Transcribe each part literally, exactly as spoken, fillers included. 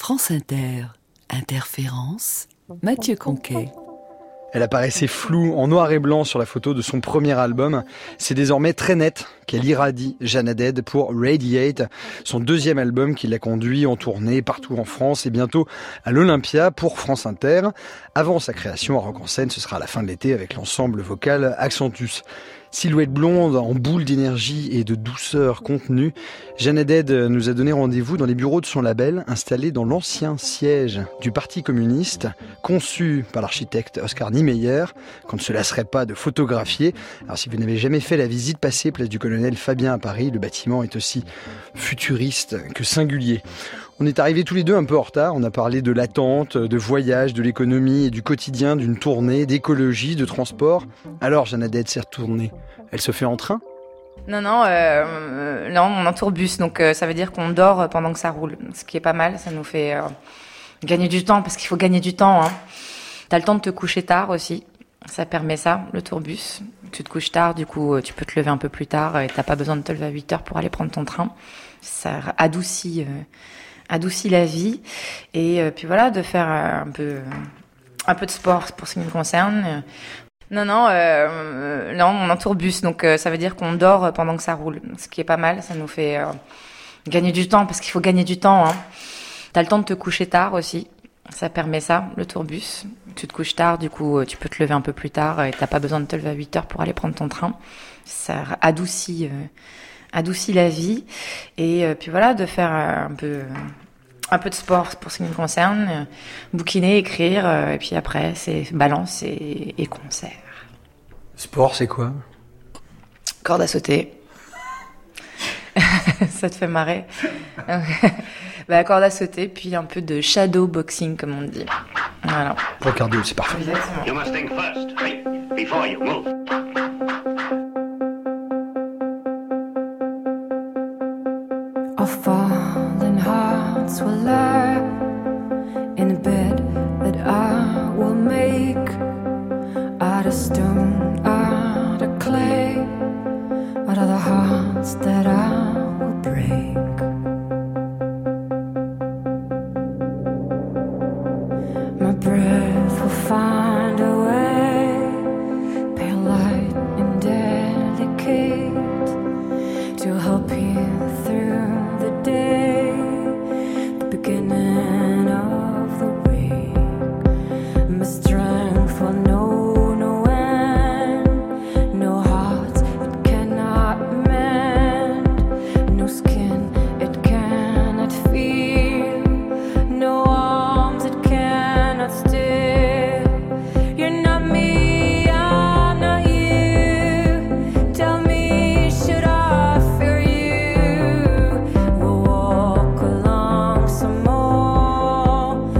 France Inter, Interférence, Mathieu Conquet. Elle apparaissait floue en noir et blanc sur la photo de son premier album. C'est désormais très net qu'elle irradie Jeanne Haddad pour Radiate, son deuxième album qui l'a conduit en tournée partout en France et bientôt à l'Olympia pour France Inter. Avant sa création à Rock en Seine, ce sera à la fin de l'été avec l'ensemble vocal Accentus. Silhouette blonde en boule d'énergie et de douceur contenue, Jeanne Haddad nous a donné rendez-vous dans les bureaux de son label, installé dans l'ancien siège du Parti communiste, conçu par l'architecte Oscar Niemeyer, qu'on ne se lasserait pas de photographier. Alors si vous n'avez jamais fait la visite, passez place du Colonel Fabien à Paris, le bâtiment est aussi futuriste que singulier. On est arrivés tous les deux un peu en retard, on a parlé de l'attente, de voyage, de l'économie et du quotidien d'une tournée, d'écologie, de transport. Alors Jeanne Haddad s'est retournée, elle se fait en train ? Non, non, euh, non, on est en tourbus, donc euh, ça veut dire qu'on dort pendant que ça roule, ce qui est pas mal, ça nous fait euh, gagner du temps, parce qu'il faut gagner du temps. Hein. T'as le temps de te coucher tard aussi, ça permet ça, le tourbus. Tu te couches tard, du coup tu peux te lever un peu plus tard et t'as pas besoin de te lever à huit heures pour aller prendre ton train. Ça adoucit... Euh, adoucit la vie et euh, puis voilà, de faire euh, un peu un peu de sport pour ce qui me concerne. Non non euh, non on est en tourbus, donc euh, ça veut dire qu'on dort pendant que ça roule, ce qui est pas mal, ça nous fait euh, gagner du temps, parce qu'il faut gagner du temps. Hein. T'as le temps de te coucher tard aussi, ça permet ça, le tourbus. Tu te couches tard, du coup tu peux te lever un peu plus tard et t'as pas besoin de te lever à huit heures pour aller prendre ton train. Ça adoucit euh, adoucit la vie et euh, puis voilà, de faire euh, un peu euh, un peu de sport pour ce qui me concerne, euh, bouquiner, écrire euh, et puis après c'est balance et, et concert. Sport, c'est quoi ? Corde à sauter. Ça te fait marrer. Bah, corde à sauter, puis un peu de shadow boxing comme on dit. Voilà. Pour le cardio, c'est parfait. Exactement. You must think first, think before you move. Our fallen hearts will lie in a bed that I will make out of stone, out of clay, out of the hearts that I will break. My breath will find a way, pale light and delicate, to help you through the day, the beginning of the week. My strength will know no end, no heart it cannot mend, no skin it cannot feel, no arms it cannot steal. You're not me, I'm not you. Tell me, should I fear you? We'll walk along some more,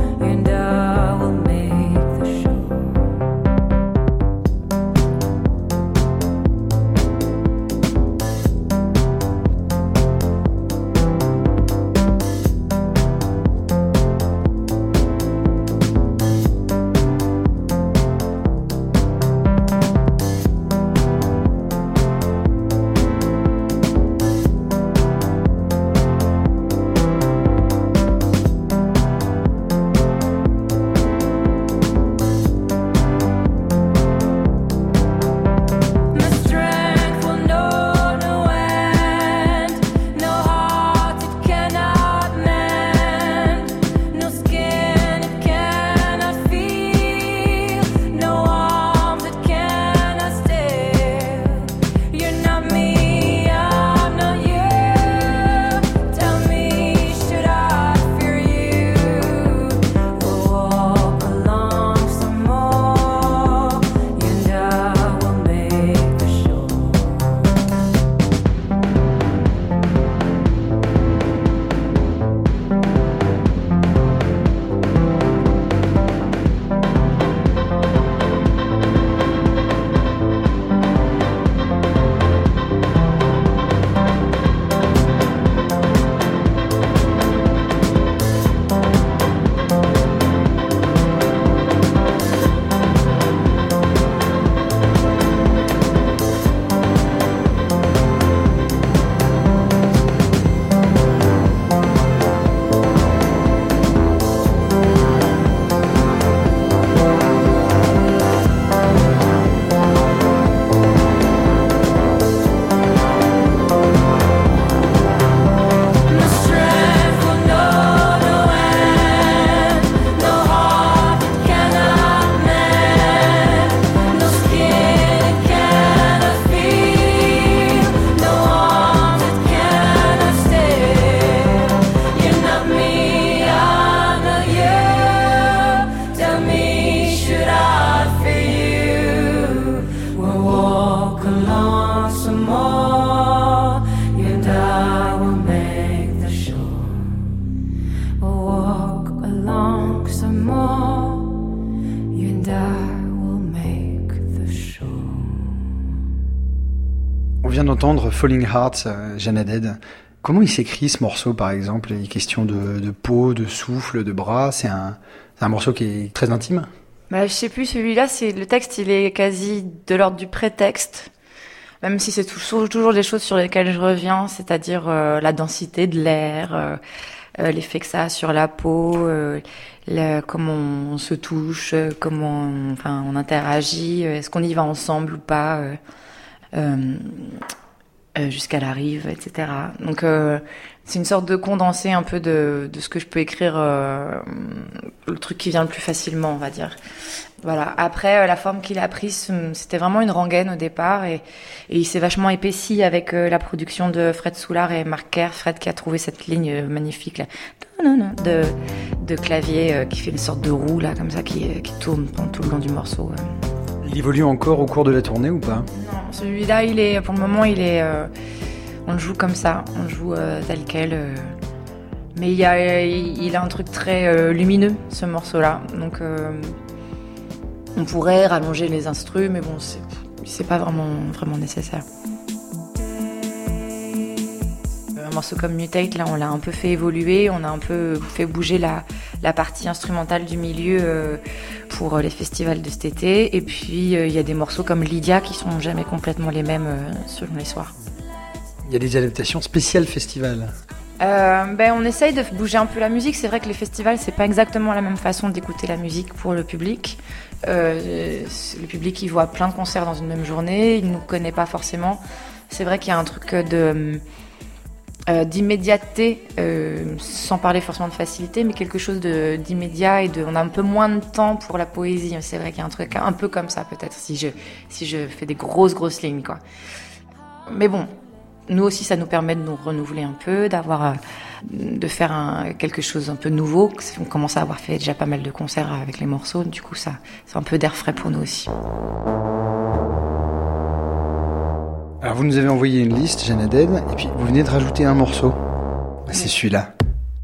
along some more. You and I will make the show. On vient d'entendre Falling Hearts, euh, Jeanne Haddad. Comment il s'écrit ce morceau, par exemple? Il est question de, de peau, de souffle, de bras. C'est un, c'est un morceau qui est très intime. Bah, je sais plus, celui-là, c'est le texte, il est quasi de l'ordre du prétexte. Même si c'est toujours, toujours des choses sur lesquelles je reviens, c'est-à-dire euh, la densité de l'air, euh, euh, l'effet que ça a sur la peau, euh, le, comment on se touche, euh, comment on, enfin, on interagit, euh, est-ce qu'on y va ensemble ou pas, euh, euh, euh, jusqu'à la rive, et cetera. Donc euh, c'est une sorte de condensé un peu de, de ce que je peux écrire, euh, le truc qui vient le plus facilement, on va dire. Voilà. Après, euh, la forme qu'il a prise, c'était vraiment une rengaine au départ, et, et il s'est vachement épaissi avec euh, la production de Fred Soulard et Marc Kerr. Fred qui a trouvé cette ligne euh, magnifique là, de, de clavier euh, qui fait une sorte de roue là, comme ça, qui, qui tourne pendant tout le long du morceau. Euh. Il évolue encore au cours de la tournée ou pas? Non, celui-là, il est, pour le moment, il est, euh, on le joue comme ça, on le joue euh, tel quel. Euh. Mais il y a, il a un truc très euh, lumineux, ce morceau-là. Donc euh, on pourrait rallonger les instrus, mais bon, c'est, c'est pas vraiment, vraiment nécessaire. Un morceau comme Mutate, là, on l'a un peu fait évoluer, on a un peu fait bouger la, la partie instrumentale du milieu euh, pour les festivals de cet été. Et puis, euh, il y a des morceaux comme Lydia qui sont jamais complètement les mêmes euh, selon les soirs. Il y a des adaptations spéciales festival. Euh, ben, on essaye de bouger un peu la musique. C'est vrai que les festivals, c'est pas exactement la même façon d'écouter la musique pour le public. Euh, le public, il voit plein de concerts dans une même journée, il nous connaît pas forcément. C'est vrai qu'il y a un truc de... Euh, d'immédiateté, euh, sans parler forcément de facilité, mais quelque chose de, d'immédiat, et de, on a un peu moins de temps pour la poésie. C'est vrai qu'il y a un truc un peu comme ça, peut-être, si je, si je fais des grosses, grosses lignes, quoi. Mais bon, nous aussi, ça nous permet de nous renouveler un peu, d'avoir, euh, de faire un, quelque chose un peu nouveau. On commence à avoir fait déjà pas mal de concerts avec les morceaux, du coup, ça, c'est un peu d'air frais pour nous aussi. Alors vous nous avez envoyé une liste, Jeanne Haddad, et puis vous venez de rajouter un morceau. C'est celui-là.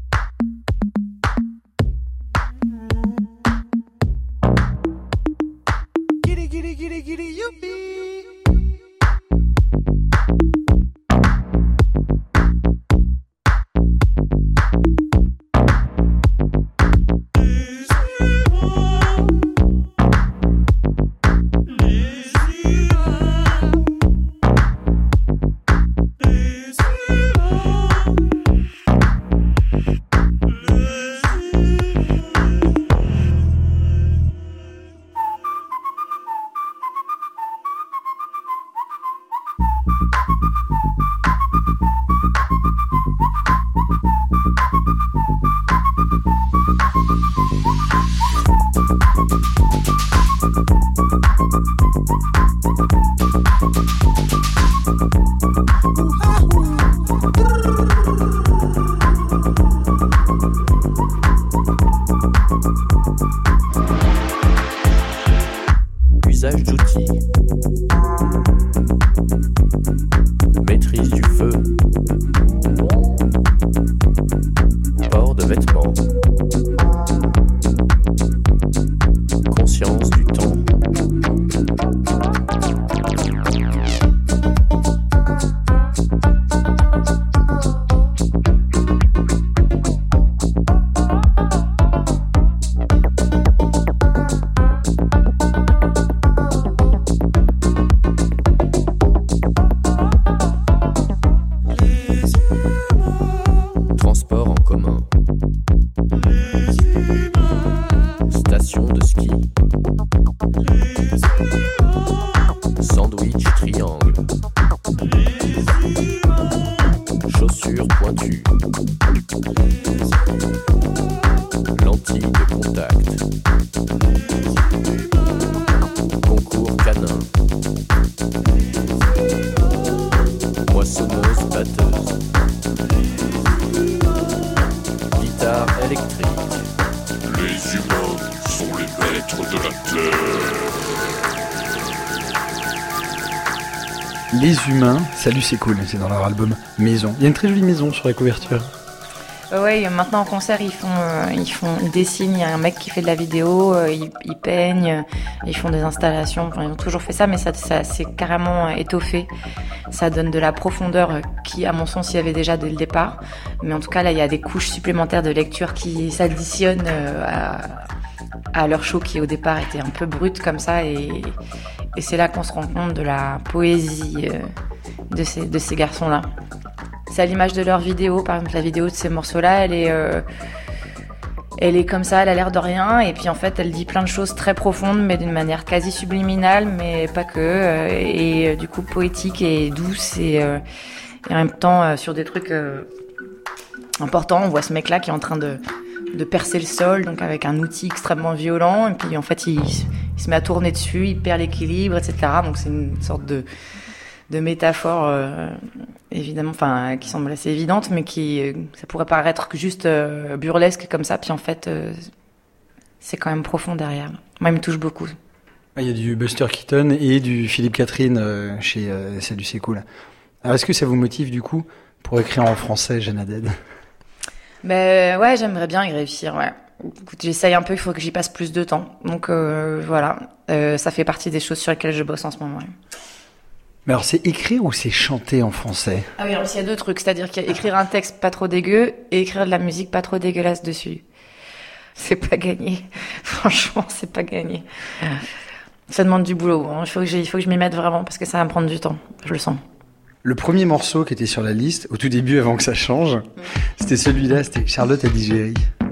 Usage d'outils. Maîtrise du feu. Port de vêtements. Conscience du temps. Transport en commun. Station de ski. Sandwich triangle. Chaussures pointues. Lentilles de contact. Concours canin. Moissonneuse batteuse. Guitare électrique. Les humains sont les maîtres de la terre. Les humains, salut c'est cool, c'est dans leur album Maison. Il y a une très jolie maison sur la couverture. Ouais, maintenant en concert, ils font, euh, ils font, ils dessinent. Il y a un mec qui fait de la vidéo, euh, ils, ils peignent, euh, ils font des installations. Enfin, ils ont toujours fait ça, mais ça, ça c'est carrément étoffé. Ça donne de la profondeur euh, qui, à mon sens, il y avait déjà dès le départ. Mais en tout cas, là, il y a des couches supplémentaires de lecture qui s'additionnent euh, à, à leur show qui, au départ, était un peu brut comme ça. Et, et c'est là qu'on se rend compte de la poésie euh, de ces, de ces garçons-là. C'est à l'image de leur vidéo, par exemple la vidéo de ces morceaux-là, elle est, euh, elle est comme ça, elle a l'air de rien, et puis en fait elle dit plein de choses très profondes, mais d'une manière quasi subliminale, mais pas que, euh, et euh, du coup poétique et douce, et, euh, et en même temps euh, sur des trucs euh, importants. On voit ce mec-là qui est en train de, de percer le sol, donc avec un outil extrêmement violent, et puis en fait il, il se met à tourner dessus, il perd l'équilibre, et cetera. Donc c'est une sorte de de métaphores euh, évidemment, enfin qui semblent assez évidentes, mais qui euh, ça pourrait paraître juste euh, burlesque comme ça, puis en fait euh, c'est quand même profond derrière. Moi, il me touche beaucoup. Il y a du Buster Keaton et du Philippe Catherine euh, chez euh, Salut c'est cool. Alors est-ce que ça vous motive du coup pour écrire en français, Jeannaded? Ben ouais, j'aimerais bien y réussir. Ouais. Écoute, j'essaye un peu, il faut que j'y passe plus de temps. Donc euh, voilà, euh, ça fait partie des choses sur lesquelles je bosse en ce moment. Ouais. Mais alors, c'est écrire ou c'est chanter en français? Ah oui, alors il y a deux trucs, c'est-à-dire qu'il y a écrire un texte pas trop dégueu et écrire de la musique pas trop dégueulasse dessus. C'est pas gagné. Franchement, c'est pas gagné. Ça demande du boulot. Hein. Il faut que j'ai, il faut que je m'y mette vraiment parce que ça va me prendre du temps. Je le sens. Le premier morceau qui était sur la liste, au tout début, avant que ça change, mmh. c'était celui-là, c'était Charlotte Adigéry.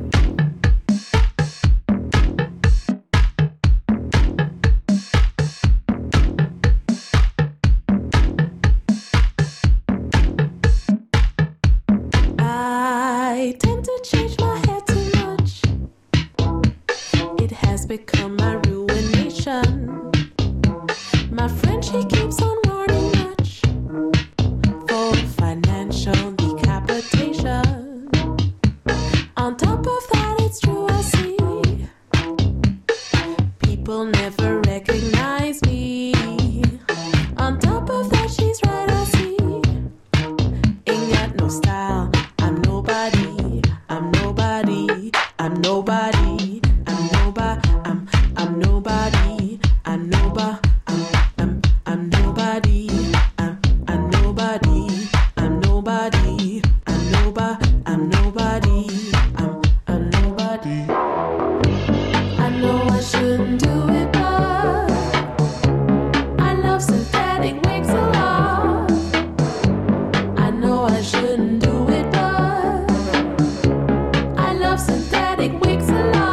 Become my ruination. My friend, she keeps on warning much for financial decapitation. On top of that, it's true, I see people never recognize me. On top of that, she's right, I see. Ain't got no style. I'm nobody. I'm nobody. I'm nobody. I'm nobody. I'm nobody, I'm nobody, I'm, I'm, I'm nobody, I'm, I'm nobody, I'm nobody, I'm nobody, I'm nobody, I'm, I'm nobody. I know I shouldn't do it, but I love synthetic wigs a lot. I know I shouldn't do it, but I love synthetic wigs a lot.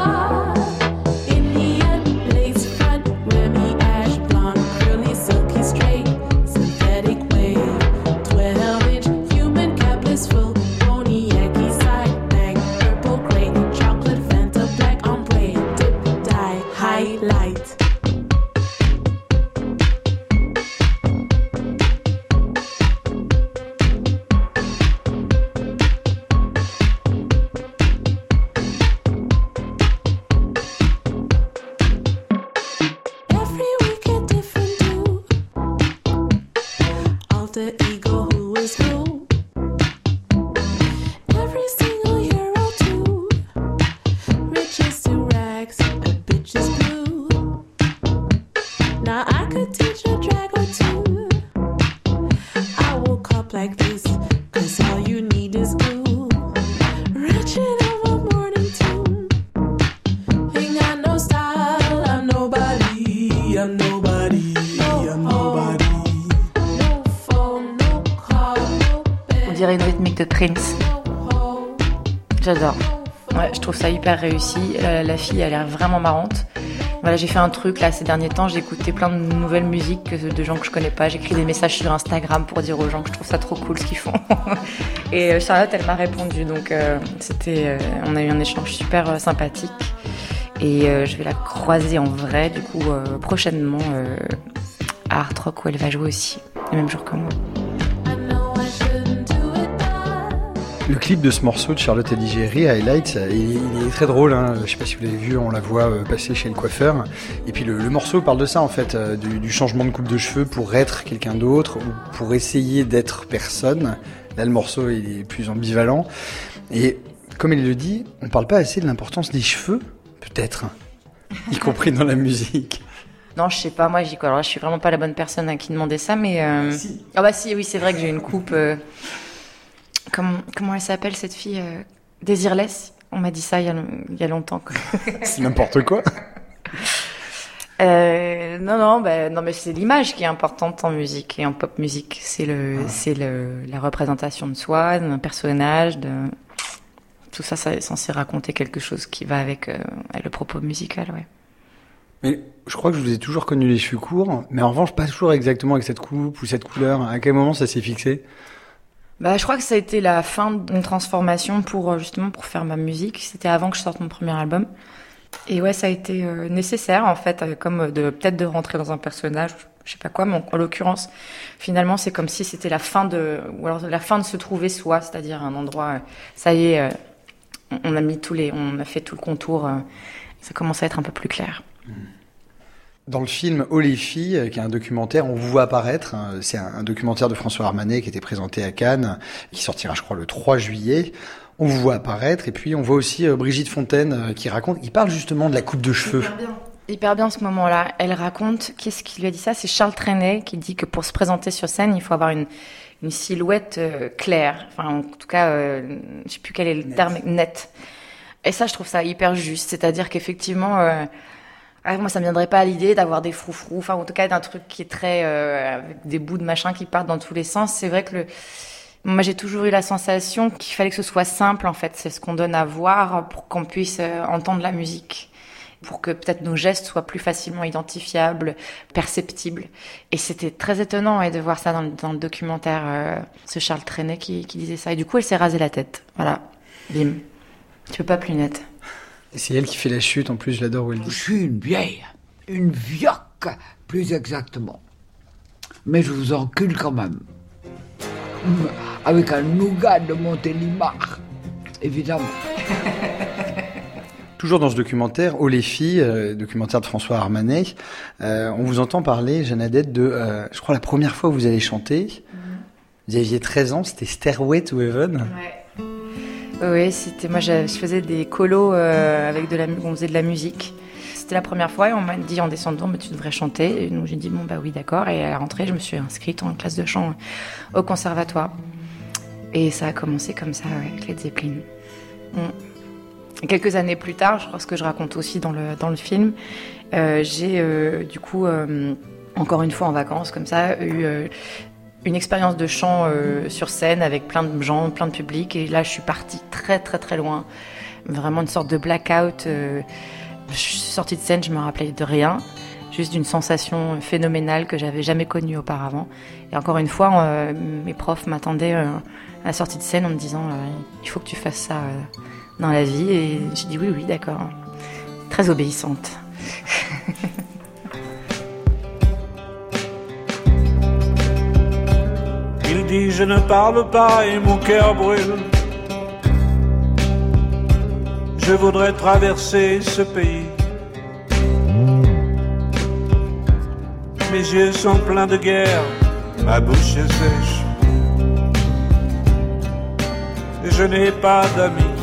Une rythmique de Prince. J'adore. Ouais, je trouve ça hyper réussi. La, la fille, elle a l'air vraiment marrante. Voilà, j'ai fait un truc là ces derniers temps. J'ai écouté plein de nouvelles musiques de gens que je connais pas. J'écris des messages sur Instagram pour dire aux gens que je trouve ça trop cool ce qu'ils font. Et Charlotte, elle m'a répondu. Donc euh, c'était, euh, on a eu un échange super euh, sympathique. Et euh, je vais la croiser en vrai du coup euh, prochainement euh, à Art Rock où elle va jouer aussi le même jour que moi. Le clip de ce morceau de Charlotte Adigéry, Highlights, il, il est très drôle. Hein. Je sais pas si vous l'avez vu, on la voit passer chez le coiffeur. Et puis le, le morceau parle de ça en fait, du, du changement de coupe de cheveux pour être quelqu'un d'autre ou pour essayer d'être personne. Là, le morceau il est plus ambivalent. Et Comme il le dit, on parle pas assez de l'importance des cheveux, peut-être, y compris dans la musique. Non, je sais pas, moi, j'y... Alors, je suis vraiment pas la bonne personne à qui demander ça, mais... Euh... Si. Ah bah si, oui, c'est vrai que j'ai une coupe... Euh... Comment... Comment elle s'appelle, cette fille euh... Désirless. On m'a dit ça il y a, il y a longtemps. Quoi. C'est n'importe quoi. euh... Non, non, bah, non, mais c'est l'image qui est importante en musique et en pop musique. C'est, le... Ah. c'est le... la représentation de soi, d'un personnage, de... Tout ça, ça est censé raconter quelque chose qui va avec, euh, avec le propos musical, ouais. Mais je crois que je vous ai toujours connu les cheveux courts, mais en revanche, pas toujours exactement avec cette coupe ou cette couleur. À quel moment ça s'est fixé ? Bah, je crois que ça a été la fin d'une transformation pour, justement, pour faire ma musique. C'était avant que je sorte mon premier album. Et ouais, ça a été euh, nécessaire, en fait, euh, comme de, peut-être de rentrer dans un personnage, je sais pas quoi, mais en, en l'occurrence, finalement, c'est comme si c'était la fin de, ou alors la fin de se trouver soi, c'est-à-dire un endroit, euh, ça y est, euh, on a mis tous les, on a fait tout le contour, euh, ça commence à être un peu plus clair. Dans le film Oh les filles, qui est un documentaire, on vous voit apparaître. C'est un documentaire de François Armanet qui était présenté à Cannes, qui sortira, je crois, le trois juillet. On vous voit apparaître, et puis on voit aussi Brigitte Fontaine qui raconte, il parle justement de la coupe de cheveux. Hyper bien. Hyper bien ce moment-là. Elle raconte, qu'est-ce qui lui a dit ça ? C'est Charles Trenet qui dit que pour se présenter sur scène, il faut avoir une, une silhouette euh, claire. Enfin, en tout cas, euh, je sais plus quel est le net. terme, net. Et ça, je trouve ça hyper juste. C'est-à-dire qu'effectivement... Euh, Ah, moi, ça me viendrait pas à l'idée d'avoir des froufrous, enfin, en tout cas, d'un truc qui est très, euh, avec des bouts de machin qui partent dans tous les sens. C'est vrai que le, moi, j'ai toujours eu la sensation qu'il fallait que ce soit simple, en fait. C'est ce qu'on donne à voir pour qu'on puisse euh, entendre la musique. Pour que peut-être nos gestes soient plus facilement identifiables, perceptibles. Et c'était très étonnant, ouais, de voir ça dans le, dans le documentaire, euh, ce Charles Trenet qui, qui disait ça. Et du coup, elle s'est rasé la tête. Voilà. Bim. Tu peux pas plus net. Et c'est elle qui fait la chute, en plus, je l'adore où elle dit. Je suis une vieille, une vioque, plus exactement. Mais je vous encule quand même. Avec un nougat de Montélimar, évidemment. Toujours dans ce documentaire, Oh les filles, euh, documentaire de François Armanet, euh, on vous entend parler, Jeanne Aded, de, euh, je crois, la première fois où vous avez chanté. Mm-hmm. Vous aviez treize ans, c'était Stairway to Heaven. Ouais. Oui, c'était moi. Je, je faisais des colos euh, avec de la, on faisait de la musique. C'était la première fois et on m'a dit en descendant, mais tu devrais chanter. Et donc j'ai dit bon bah oui d'accord. Et à la rentrée, je me suis inscrite en classe de chant au conservatoire. Et ça a commencé comme ça, ouais, avec Led Zeppelin. Mm. Quelques années plus tard, je crois ce que je raconte aussi dans le dans le film, euh, j'ai euh, du coup euh, encore une fois en vacances comme ça eu euh, une expérience de chant euh, sur scène avec plein de gens, plein de public. Et là, je suis partie très, très, très loin. Vraiment une sorte de blackout. Euh, je suis sortie de scène, je me rappelais de rien. Juste d'une sensation phénoménale que j'avais jamais connue auparavant. Et encore une fois, euh, mes profs m'attendaient euh, à la sortie de scène en me disant euh, il faut que tu fasses ça euh, dans la vie. Et j'ai dit oui, oui, d'accord. Très obéissante. Il dit je ne parle pas et mon cœur brûle. Je voudrais traverser ce pays. Mes yeux sont pleins de guerre, ma bouche est sèche. Je n'ai pas d'amis.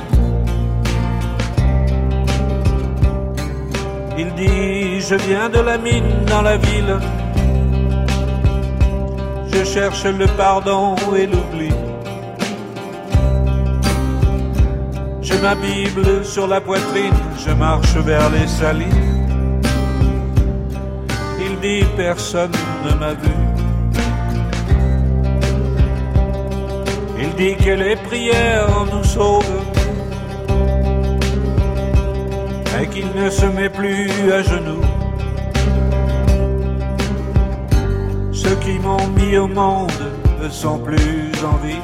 Il dit je viens de la mine dans la ville. Je cherche le pardon et l'oubli. Je ma Bible sur la poitrine, je marche vers les salines. Il dit personne ne m'a vu. Il dit que les prières nous sauvent et qu'il ne se met plus à genoux. Ceux qui m'ont mis au monde ne sont plus en vie.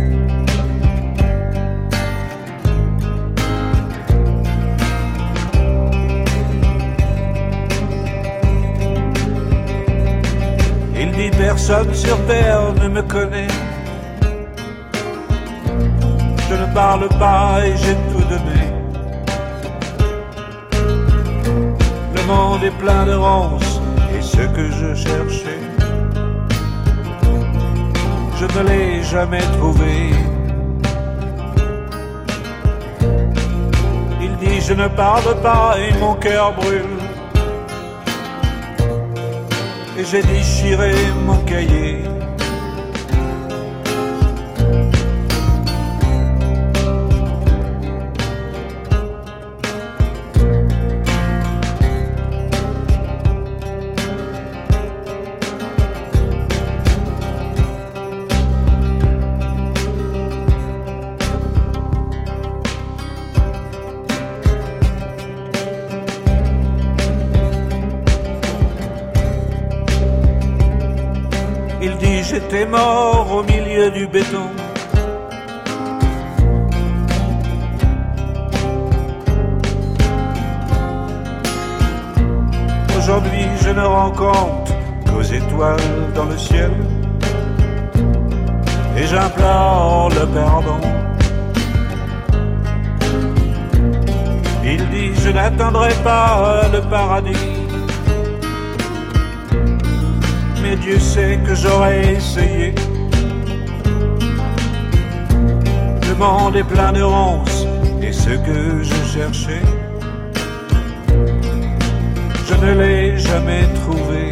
Il dit personne sur terre ne me connaît. Je ne parle pas et j'ai tout donné. Le monde est plein de ronces et ce que je cherchais, je ne l'ai jamais trouvé. Aujourd'hui je ne parle pas et mon cœur brûle. Et j'ai déchiré mon cahier. Il dit j'étais mort au milieu du béton. Aujourd'hui je ne rends compte qu'aux étoiles dans le ciel. Et j'implore le pardon. Il dit je n'atteindrai pas le paradis. Mais Dieu sait que j'aurais essayé. Le monde est plein de ronces, et ce que je cherchais, je ne l'ai jamais trouvé.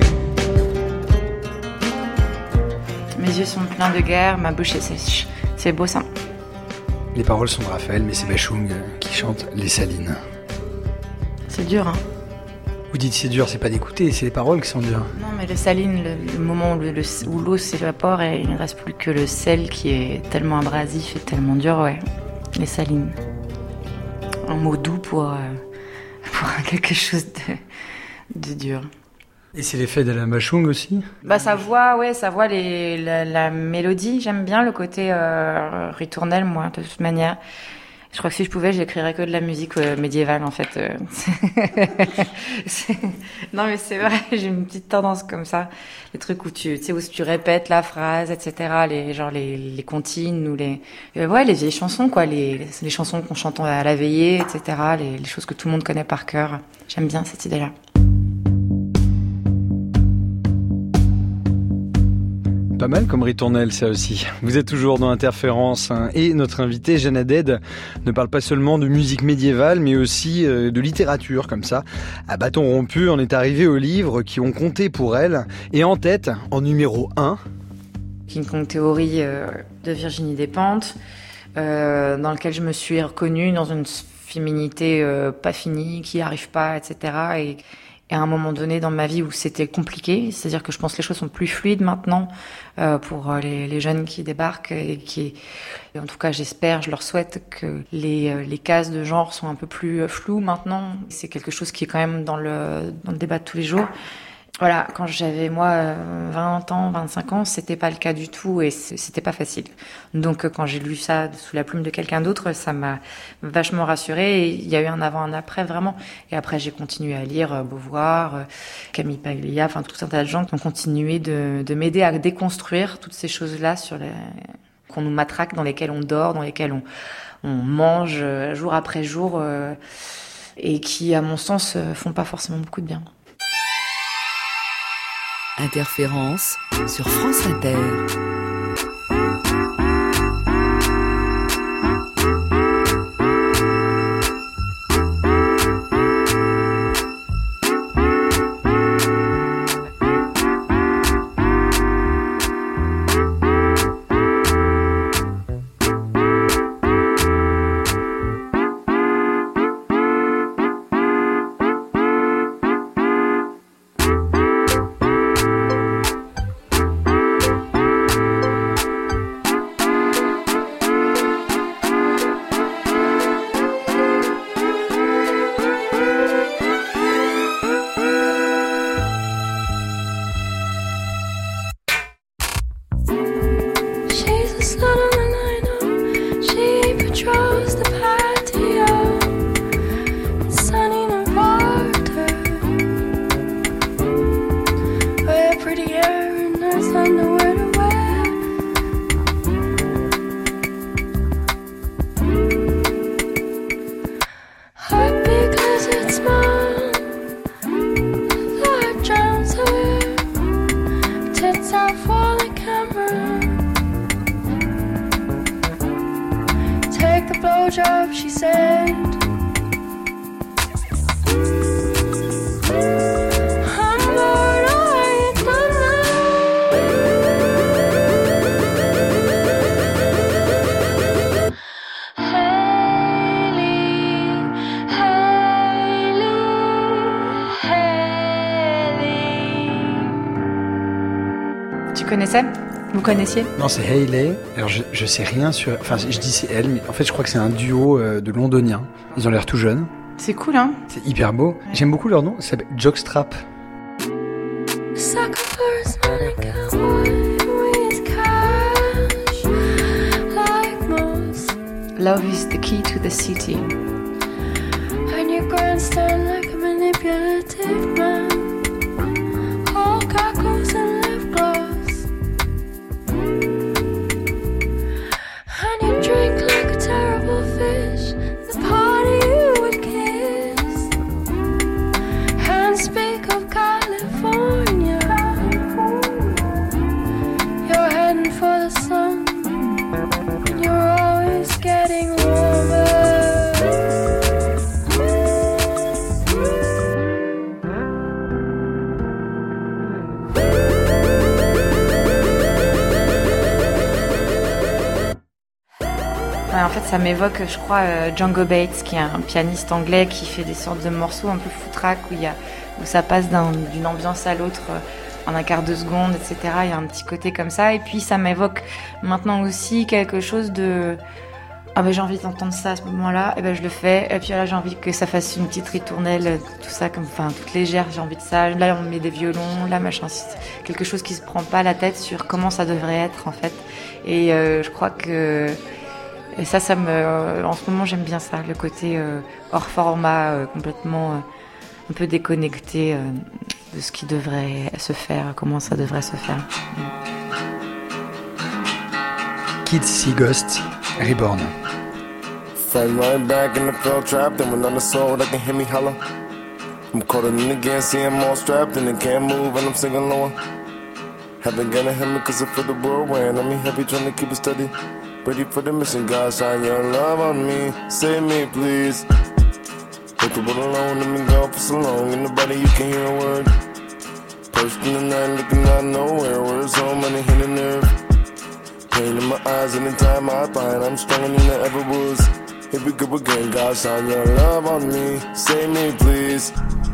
Mes yeux sont pleins de guerre, ma bouche est sèche. C'est beau ça. Les paroles sont de Raphaël, mais c'est Bachung qui chante Les Salines. C'est dur, hein. Vous dites c'est dur, c'est pas d'écouter, c'est les paroles qui sont dures. Non, mais le saline, le, le moment où, le, le, où l'eau s'évapore et il ne reste plus que le sel qui est tellement abrasif et tellement dur, ouais. Les salines. Un mot doux pour, euh, pour quelque chose de, de dur. Et c'est l'effet d'Alain Bachung aussi ? Bah sa voix, ouais, sa voix, les, la, la mélodie, j'aime bien le côté euh, ritournel, moi, de toute manière. Je crois que si je pouvais, j'écrirais que de la musique euh, médiévale, en fait. Euh, c'est... Non, mais c'est vrai, j'ai une petite tendance comme ça. Les trucs où tu, tu sais, où tu répètes la phrase, et cetera. Les, genre les, les comptines ou les, euh, ouais, les vieilles chansons, quoi. Les, les chansons qu'on chante à la veillée, et cetera. Les, les choses que tout le monde connaît par cœur. J'aime bien cette idée-là. Pas mal comme ritournelle, ça aussi. Vous êtes toujours dans Interférence, hein, et notre invitée, Jeanne Haddad, ne parle pas seulement de musique médiévale, mais aussi euh, de littérature, comme ça. À bâton rompu, on est arrivé aux livres qui ont compté pour elle, et en tête, en numéro un... King Kong Theory euh, de Virginie Despentes, euh, dans lequel je me suis reconnue dans une féminité euh, pas finie, qui arrive pas, et cetera. Et... Et à un moment donné dans ma vie où c'était compliqué, c'est-à-dire que je pense que les choses sont plus fluides maintenant euh, pour les, les jeunes qui débarquent et qui, et en tout cas j'espère, je leur souhaite que les, les cases de genre sont un peu plus floues maintenant. C'est quelque chose qui est quand même dans le, dans le débat de tous les jours. Voilà, quand j'avais moi vingt ans, vingt-cinq ans, c'était pas le cas du tout et c'était pas facile. Donc quand j'ai lu ça sous la plume de quelqu'un d'autre, ça m'a vachement rassurée et il y a eu un avant, un après vraiment. Et après j'ai continué à lire Beauvoir, Camille Paglia, enfin tout un tas de gens qui ont continué de, de m'aider à déconstruire toutes ces choses-là sur les, qu'on nous matraque, dans lesquelles on dort, dans lesquelles on, on mange jour après jour euh, et qui, à mon sens, font pas forcément beaucoup de bien. Interférence sur France Inter. Job, she said. connaissais ? Vous connaissiez ? Non, c'est Hayley. Alors, je, je sais rien sur... Enfin, je dis c'est elle, mais en fait, je crois que c'est un duo euh, de londoniens. Ils ont l'air tout jeunes. C'est cool, hein ? C'est hyper beau. Ouais. J'aime beaucoup leur nom. Ça s'appelle Jockstrap. Love is the key to the city. And your grandstand like a manipulative man. All goggles and lip gloss. And you drink like a terrible fish. The party you would kiss. And speak of California. You're heading for the sun. You're always getting warmer. Ouais, en fait, ça m'évoque, je crois, euh, Django Bates, qui est un pianiste anglais qui fait des sortes de morceaux un peu foutraques où, il y a, où ça passe d'un, d'une ambiance à l'autre euh, en un quart de seconde, et cetera. Il y a un petit côté comme ça. Et puis, ça m'évoque maintenant aussi quelque chose de... Ah ben j'ai envie d'entendre ça à ce moment-là, et ben je le fais. Et puis là, j'ai envie que ça fasse une petite ritournelle, tout ça, comme, enfin, toute légère, j'ai envie de ça. Là, on met des violons, là, machin. C'est quelque chose qui se prend pas la tête sur comment ça devrait être, en fait. Et euh, je crois que... Et ça, ça me, en ce moment, j'aime bien ça, le côté euh, hors format, euh, complètement euh, un peu déconnecté euh, de ce qui devrait se faire, comment ça devrait se faire. Kids See Ghost, Reborn. Fighting right back in the fell trap, then when on the soul, they can hear me holler. I'm caught in again, see I'm all strapped and they can't move, and I'm singing lower. Haven't gotta hit me cause I feel the whirlwind. I'm happy trying to keep it steady. Ready for the mission, God, shine your love on me. Save me, please. Take the world alone, let me go for so long. In the body, you can hear a word. Pushed in the night, looking out nowhere. Words home, money hit the nerve. Pain in my eyes, anytime I find I'm stronger than I ever was. Here we go again, God, shine your love on me. Save me, please.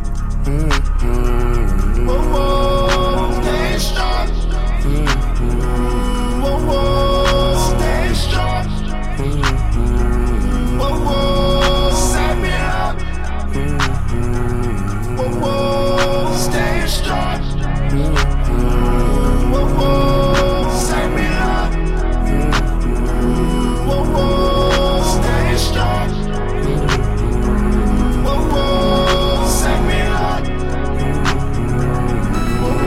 Mm-hmm. Whoa, whoa, stay strong. Mm-hmm. Whoa, whoa, stay strong. Mm-hmm. Whoa, whoa, set me up. Mm-hmm. Whoa, whoa, stay strong. Mm-hmm. Whoa, whoa, set me up. Mm-hmm. Whoa, whoa, stay strong. Mm-hmm. Whoa, whoa, set me up. Mm-hmm. Whoa,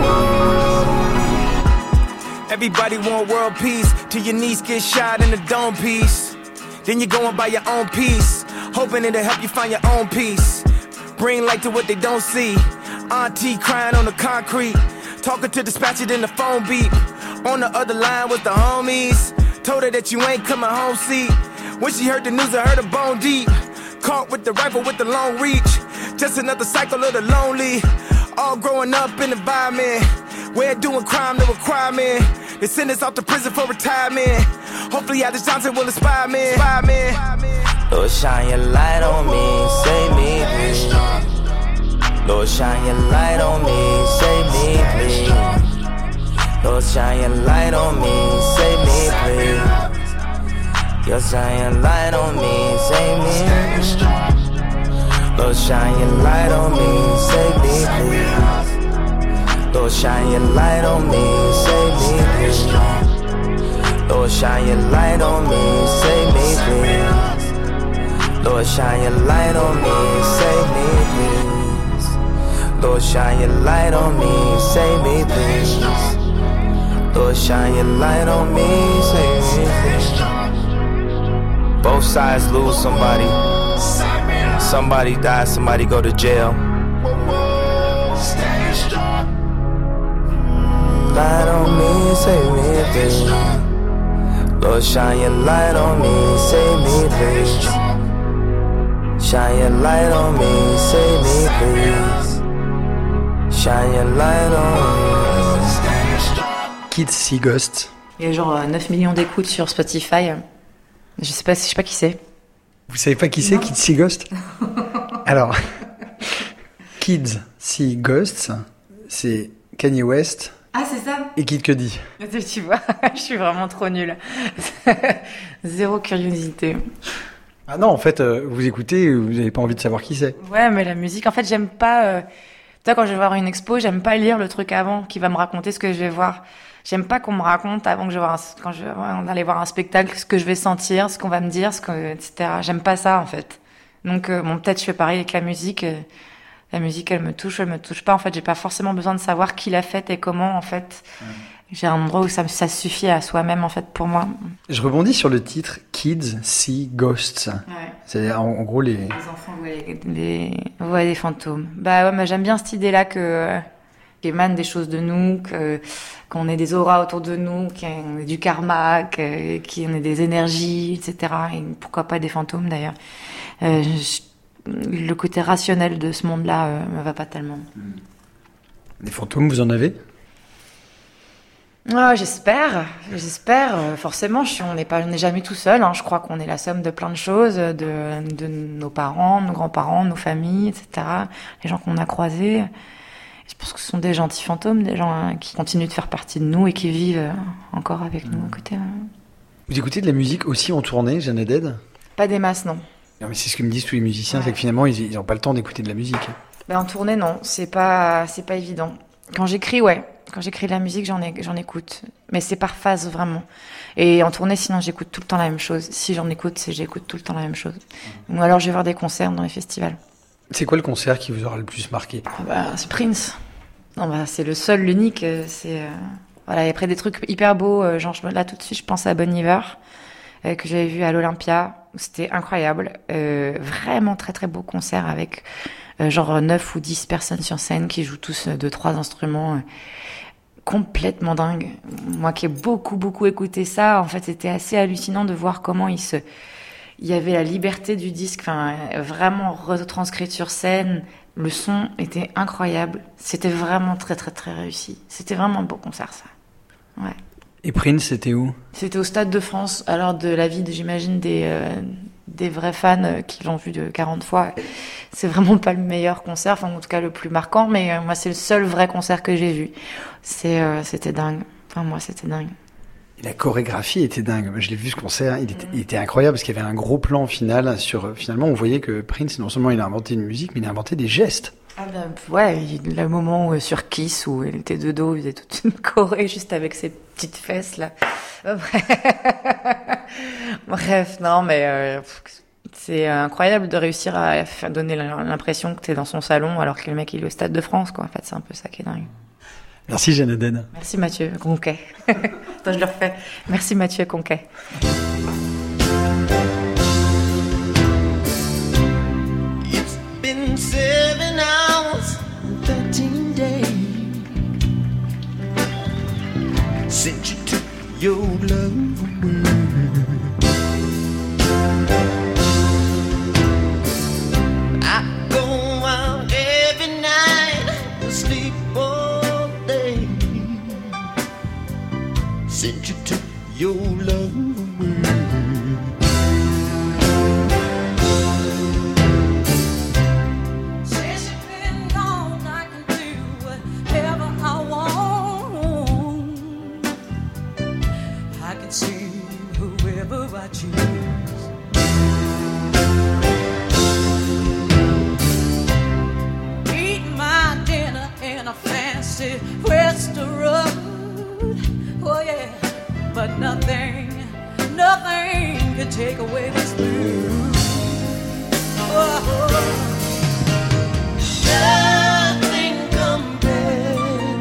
whoa. Everybody want world peace, till your niece get shot in the dome piece. Then you go and buy your own piece, hoping it'll help you find your own peace. Bring light to what they don't see. Auntie crying on the concrete, talking to dispatcher, then the phone beep. On the other line with the homies, told her that you ain't coming home, see. When she heard the news, I heard her bone deep. Caught with the rifle with the long reach, just another cycle of the lonely. All growing up in the environment where doing crime no requirement. They send us off to prison for retirement. Hopefully Alice Johnson will inspire me. Inspire me. Lord, shine your light on me, save me, please. Lord, shine your light on me, save me, please. Lord, shine your light on me, save me, please. Lord, shine your light on me, save me, please. Lord, shine your light on me, save me, please. Lord, shine your light on me, save me, please. Lord, shine your light on me, save me, please. Lord, shine your light on me, save me, please. Lord, shine your light on me, save me, please. Lord, shine your light on me, save me, please. Both sides lose somebody. Somebody dies, somebody go to jail. Light on me, save me, please. Lord, shine your light on me, save me, please. Shine your light on me, save me, please. Shine your light on me. Kids See Ghost. Il y a genre neuf millions d'écoutes sur Spotify. Je sais pas, je sais pas qui c'est. Vous savez pas qui c'est, Kids See Ghost? Alors, Kids See Ghosts, c'est Kanye West Ah, c'est ça? Et Kid Cudi. Tu vois, je suis vraiment trop nulle. Zéro curiosité. Ah non, en fait, euh, vous écoutez, vous n'avez pas envie de savoir qui c'est. Ouais, mais la musique, en fait, j'aime pas... Euh... Tu vois, quand je vais voir une expo, j'aime pas lire le truc avant qui va me raconter ce que je vais voir. J'aime pas qu'on me raconte avant que je vais voir un... quand je vais aller voir un spectacle, ce que je vais sentir, ce qu'on va me dire, ce que... et cetera. J'aime pas ça, en fait. Donc, euh, bon, peut-être je fais pareil avec la musique. Euh... La musique, elle me touche, elle me touche pas. En fait, j'ai pas forcément besoin de savoir qui l'a faite et comment, en fait. Mmh. J'ai un endroit où ça, ça suffit à soi-même, en fait, pour moi. Je rebondis sur le titre Kids See Ghosts. Ouais. C'est en, en gros les... Les enfants voient les, les, voient des fantômes. Bah ouais, mais j'aime bien cette idée-là que, qui émane des choses de nous, que, qu'on ait des auras autour de nous, qu'on ait du karma, qu'on ait des énergies, et cetera. Et pourquoi pas des fantômes, d'ailleurs. Euh, je, le côté rationnel de ce monde-là euh, me va pas tellement. Des fantômes, vous en avez ? Ah, j'espère, j'espère. Forcément, je suis, on n'est pas, on n'est jamais tout seul. Hein. Je crois qu'on est la somme de plein de choses, de, de nos parents, nos grands-parents, nos familles, et cetera. Les gens qu'on a croisés. Je pense que ce sont des gentils fantômes, des gens hein, qui continuent de faire partie de nous et qui vivent encore avec nous à côté. Hein. Vous écoutez de la musique aussi en tournée, Jeanne Haddad ? Pas des masses, non. Non, mais c'est ce que me disent tous les musiciens, ouais. C'est que finalement, ils n'ont pas le temps d'écouter de la musique. Ben, en tournée, non, c'est pas, c'est pas évident. Quand j'écris, ouais. Quand j'écris de la musique, j'en, ai, j'en écoute. Mais c'est par phase, vraiment. Et en tournée, sinon, j'écoute tout le temps la même chose. Si j'en écoute, c'est j'écoute tout le temps la même chose. Ou alors, je vais voir des concerts dans les festivals. C'est quoi le concert qui vous aura le plus marqué ? Ah bah, c'est Prince. Non, bah, c'est le seul, l'unique. C'est, euh, voilà, et après des trucs hyper beaux. Euh, genre, là, tout de suite, je pense à Bon Iver, euh, que j'avais vu à l'Olympia. C'était incroyable. Euh, vraiment très, très beau concert avec euh, genre neuf ou dix personnes sur scène qui jouent tous euh, deux, trois instruments. Euh, complètement dingue. Moi qui ai beaucoup, beaucoup écouté ça, en fait, c'était assez hallucinant de voir comment il se... Il y avait la liberté du disque, enfin, vraiment retranscrite sur scène. Le son était incroyable. C'était vraiment très, très, très réussi. C'était vraiment un beau concert, ça. Ouais. Et Prince, c'était où ? C'était au Stade de France, alors de la vie, de, j'imagine, des, euh, des vrais fans euh, qui l'ont vu de quarante fois. C'est vraiment pas le meilleur concert, enfin en tout cas le plus marquant, mais euh, moi c'est le seul vrai concert que j'ai vu. C'est, euh, c'était dingue. Enfin moi c'était dingue. Et la chorégraphie était dingue. Moi, je l'ai vu ce concert, il était, il était incroyable parce qu'il y avait un gros plan final sur. Finalement, on voyait que Prince, non seulement il a inventé une musique, mais il a inventé des gestes. Ah ben ouais, le moment où, sur Kiss où elle était de dos, il faisait toute une choré juste avec ses petites fesses là. Bref, non mais euh, c'est incroyable de réussir à donner l'impression que t'es dans son salon alors que le mec il est au Stade de France quoi. En fait, c'est un peu ça qui est dingue. Merci Jeanne Haddad. Merci Mathieu Conquet. Attends, je le refais. Merci Mathieu Conquet. It's been seven hours and thirteen days since you took your love away. I go out every night and sleep all day since you took your love away. Since you've been gone, I can do whatever I want. I can see whoever I choose. Eat my dinner in a fancy restaurant. Oh yeah, but nothing, nothing can take away this blues. Oh, nothing compares,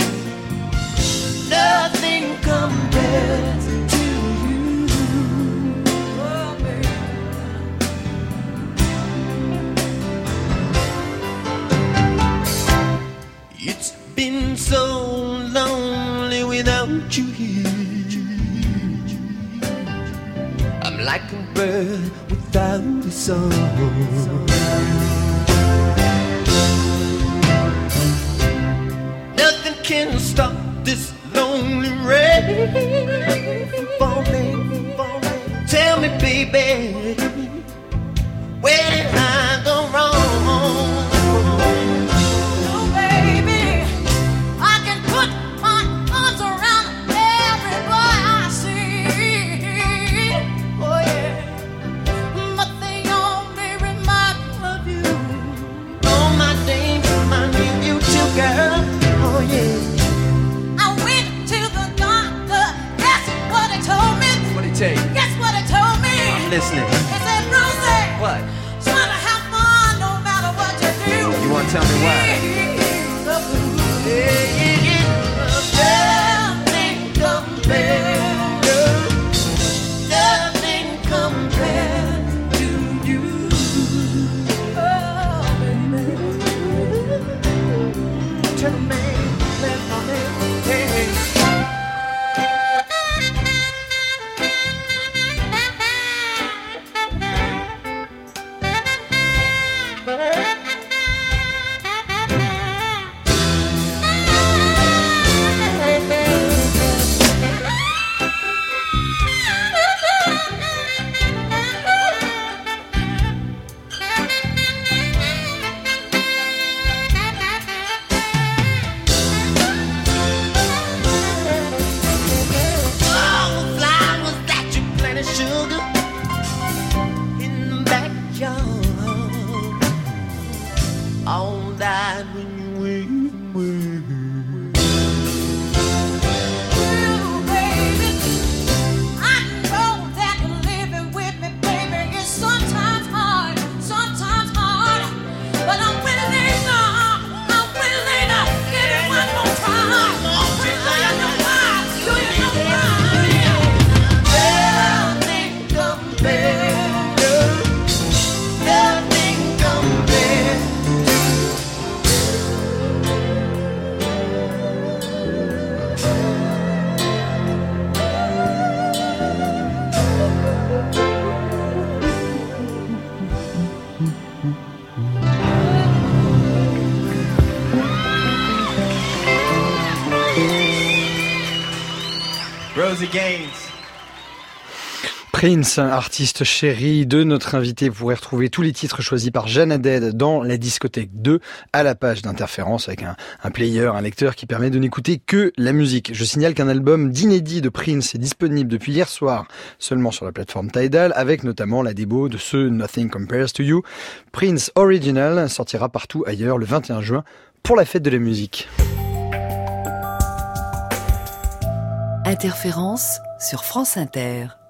nothing compares to you. Oh, baby. It's been so lonely without you here. I'm like a bird without a song. Nothing can stop this lonely rain from falling, falling. Tell me, baby, where did I go wrong? Oh, baby, I can put my arms listening. They said, Rosie, What? it's gonna have fun no matter what you do. You wanna tell me why? Nothing compared, nothing compared to you. Oh, baby. To me, let me, hey, hey. All the flowers that you planted, sugar, in the backyard, all died when you went away. Well, baby, I know that living with me, baby, is sometimes hard, sometimes hard, but I'm willing, uh, I'm willing to give it one more try. Do you know why? Do you know why? Nothing compared, nothing compared. Rosie Gaines. Prince, artiste chéri de notre invité. Vous pourrez retrouver tous les titres choisis par Jeanne Haddad dans la discothèque deux à la page d'Interférence avec un, un player, un lecteur qui permet de n'écouter que la musique. Je signale qu'un album d'inédit de Prince est disponible depuis hier soir seulement sur la plateforme Tidal avec notamment la démo de ce Nothing Compares to You. Prince Original sortira partout ailleurs le vingt et un juin pour la fête de la musique. Interférence sur France Inter.